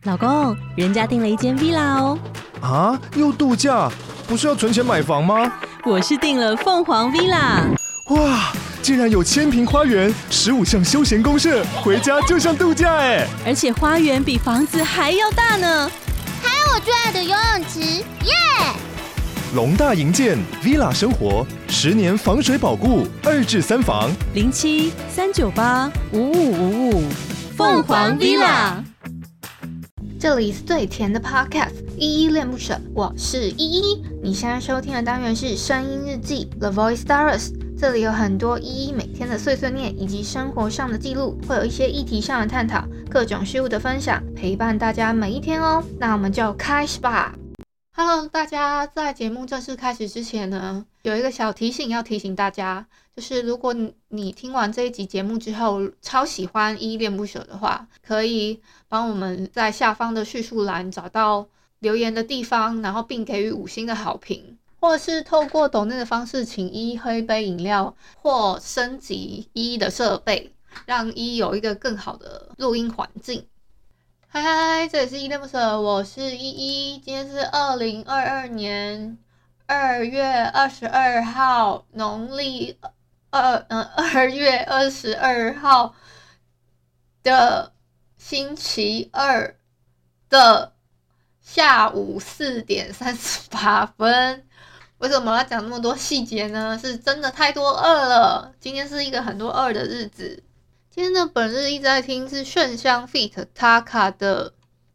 老公，人家订了一间 villa 哦。 啊，又度假？不是要存钱买房吗？ 我是订了凤凰 villa。 哇，竟然有1000坪花园，15项休闲公社，回家就像度假哎！ 而且花园比房子还要大呢。 还有我最爱的游泳池，耶！ 龙大营建 villa 生活，10年防水保固，2至3房 07-398-5555，凤凰 villa。 这里是最甜的 podcast， 依依恋不舍，我是依依。你现在收听的单元是声音日记 The Voice Diaries， 这里有很多依依每天的碎碎念以及生活上的记录，会有一些议题上的探讨，各种事物的分享，陪伴大家每一天哦。那我们就开始吧。Hello， 大家，在节目正式开始之前呢，有一个小提醒要提醒大家，就是如果你听完这一集节目之后超喜欢依依恋不舍的话，可以帮我们在下方的叙述栏找到留言的地方，然后并给予5星的好评，或者是透过抖内的方式请依依喝一杯饮料，或升级依依的设备，让依依有一个更好的录音环境。嗨，这里是依依恋不舍，我是依依。今天是2022年2月22号，农历2月22号的星期二的下午4点38分。为什么要讲那么多细节呢？是真的太多2了。今天是一个很多2的日子。今天的本日一直在听是炫香 feat. Taka 的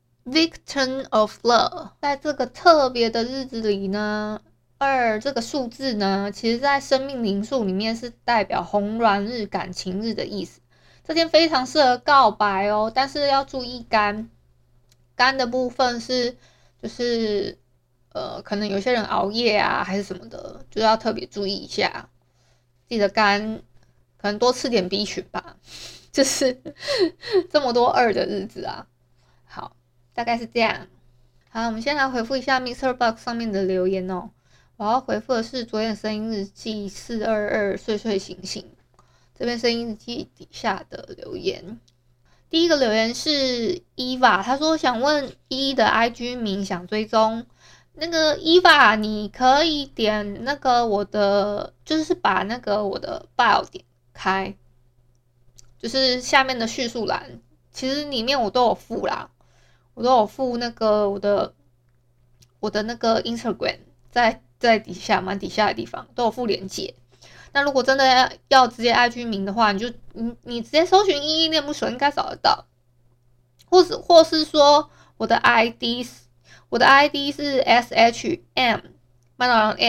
Victim of Love。 在这个特别的日子里呢，2这个数字呢，其实在生命灵数里面是代表红鸾日、感情日的意思。这天非常适合告白哦，但是要注意肝的部分是就是可能有些人熬夜啊还是什么的，就要特别注意一下，记得肝可能多吃点 B 群吧，就是这么多2的日子啊。好，大概是这样。好，我们先来回复一下 MixerBox 上面的留言哦。我要回复的是昨天的声音日记422睡睡醒醒这边声音日记底下的留言。第一个留言是 Eva， 他说想问依依的 IG 名想追踪。那个 Eva， 你可以点那个我的，就是把那个我的 bio 点开，就是下面的叙述栏，其实里面我都有附啦，我都有附那个我的那个 Instagram 在底下蛮底下的地方都有附连结。那如果真的要直接 IG 名的话，你直接搜寻依依恋不舍应该找得到，或是说我的 ID 是 SHM 麦当劳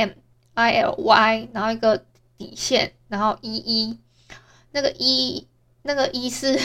MILY， 然后一个底线，然后依那个一是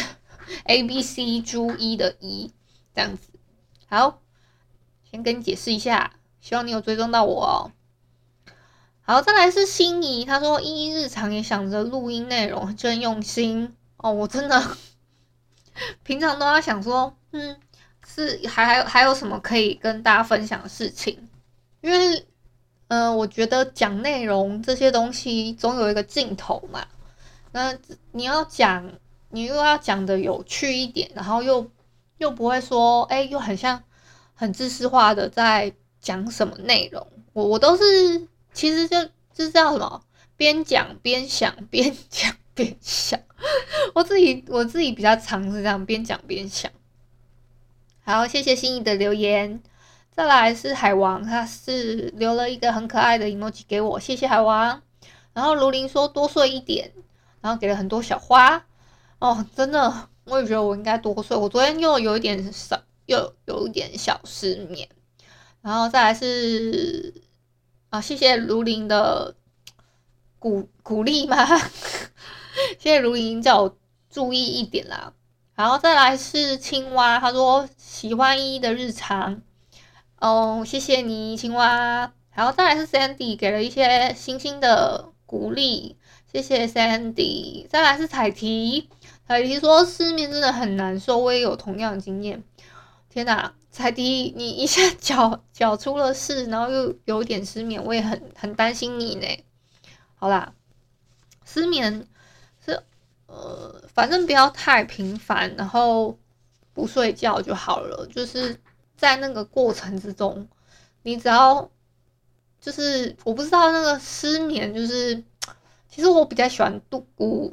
ABC 猪一的一，这样子。好，先跟你解释一下，希望你有追踪到我哦。好，再来是心仪，他说依依日常也想着录音内容，真用心哦。我真的平常都要想说，是还有什么可以跟大家分享的事情，因为我觉得讲内容这些东西总有一个尽头嘛。那你又要讲的有趣一点，然后又不会说又很像很知识化的在讲什么内容。我都是其实就是叫什么边讲边想，边讲边想。我自己比较常是这样边讲边想。好，谢谢心仪的留言。再来是海王，他是留了一个很可爱的 emoji 给我，谢谢海王。然后卢林说多睡一点，然后给了很多小花哦，真的，我也觉得我应该多睡。我昨天又有一点小失眠。然后再来是谢谢卢林的鼓励吗？谢谢卢林叫我注意一点啦。然后再来是青蛙，他说喜欢依依的日常哦，谢谢你青蛙。然后再来是 Sandy 给了一些星星的鼓励，谢谢 Sandy。再来是彩提说失眠真的很难受，我也有同样的经验。天哪，彩提你一下脚出了事，然后又有点失眠，我也很担心你呢。好啦，失眠是反正不要太频繁，然后不睡觉就好了，就是在那个过程之中，你只要就是我不知道那个失眠，就是其实我比较喜欢度孤，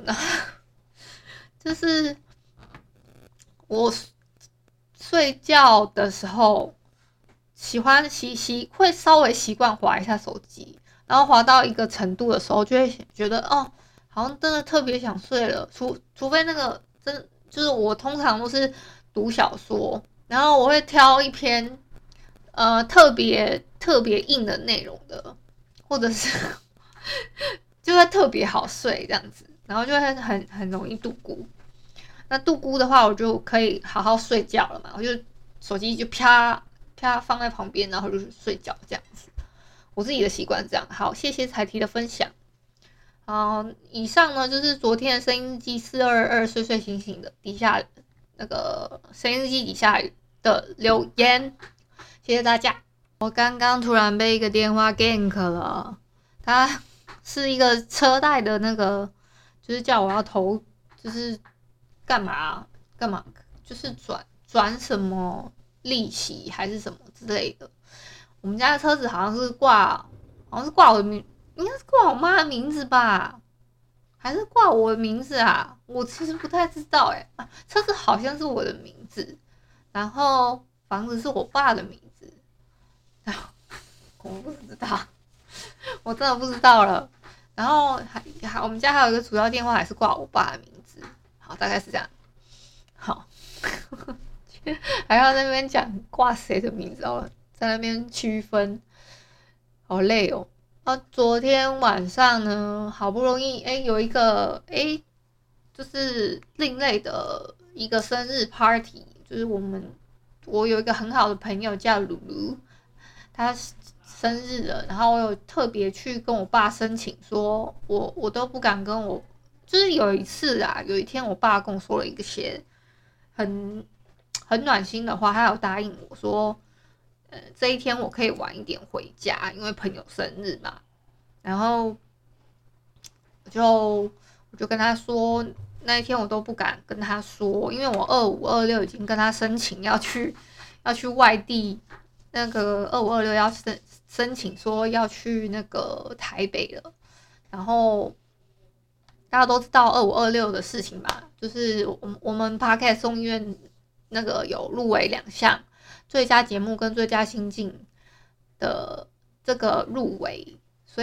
就是我睡觉的时候喜欢会稍微习惯滑一下手机，然后滑到一个程度的时候，就会觉得好像真的特别想睡了，除非那个就是我通常都是读小说，然后我会挑一篇特别硬的内容的，或者是就会特别好睡这样子，然后就会很容易度孤。那度孤的话，我就可以好好睡觉了嘛，我就手机就啪放在旁边，然后就睡觉这样子。我自己的习惯是这样。好，谢谢彩提的分享。以上呢就是昨天的声音日记422睡睡醒醒的底下那个声音日记底下的留言，谢谢大家。我刚刚突然被一个电话 gank 了，他是一个车贷的那个，就是叫我要投，就是干嘛，就是转什么利息还是什么之类的。我们家的车子好像是挂我的名，应该是挂我妈的名字吧，还是挂我的名字啊？我其实不太知道车子好像是我的名字，然后房子是我爸的名字，我不知道，我真的不知道了。然后我们家还有一个主要电话还是挂我爸的名字，好，大概是这样。好，还要在那边讲挂谁的名字在那边区分，好累哦。昨天晚上呢，好不容易有一个就是另类的一个生日 party， 就是我有一个很好的朋友叫鲁鲁，他生日了，然后我有特别去跟我爸申请说，我都不敢跟我，就是有一天我爸跟我说了一些很暖心的话，他有答应我说，这一天我可以晚一点回家，因为朋友生日嘛。然后我就跟他说，那一天我都不敢跟他说，因为我25、26已经跟他申请要去外地，那个25、26要申请说要去那个台北了。然后大家都知道25、26的事情吧，就是我们 Podcast 众议院那个有入围2项，最佳节目跟最佳新晋的这个入围，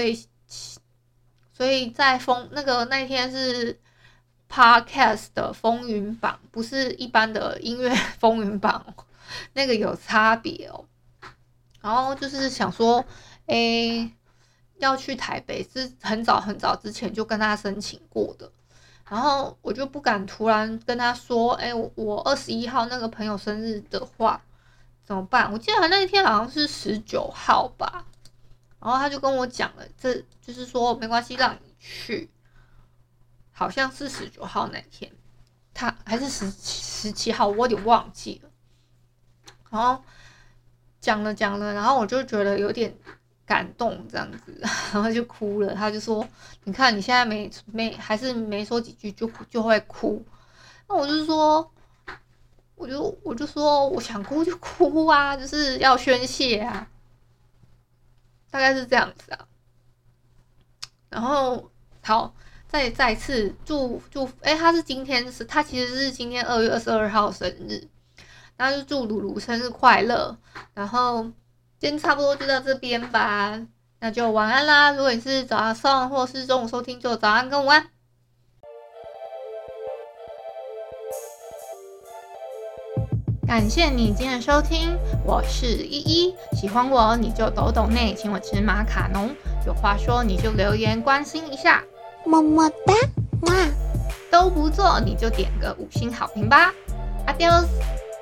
所以在那一天是 Podcast 的风云榜，不是一般的音乐风云榜那个有差别然后就是想说，要去台北是很早之前就跟他申请过的，然后我就不敢突然跟他说，我21号那个朋友生日的话怎么办？我记得那一天好像是19号吧，然后他就跟我讲了，这就是说没关系，让你去，好像是19号那天，他还是17号，我有点忘记了。然后讲了，然后我就觉得有点感动这样子，然后就哭了。他就说：“你看你现在还是没说几句就会哭。”那我就说，我就说我想哭就哭啊，就是要宣泄啊，大概是这样子啊。然后好，再次祝他其实是今天2月22号生日。然后就祝鲁鲁生日快乐，然后今天差不多就到这边吧，那就晚安啦。如果你是早上或是中午收听，就早安跟午安。感谢你今天的收听，我是依依，喜欢我你就抖抖内，请我吃马卡龙，有话说你就留言关心一下， 么么哒，哇！ 都不做你就点个5星好评吧，Adios。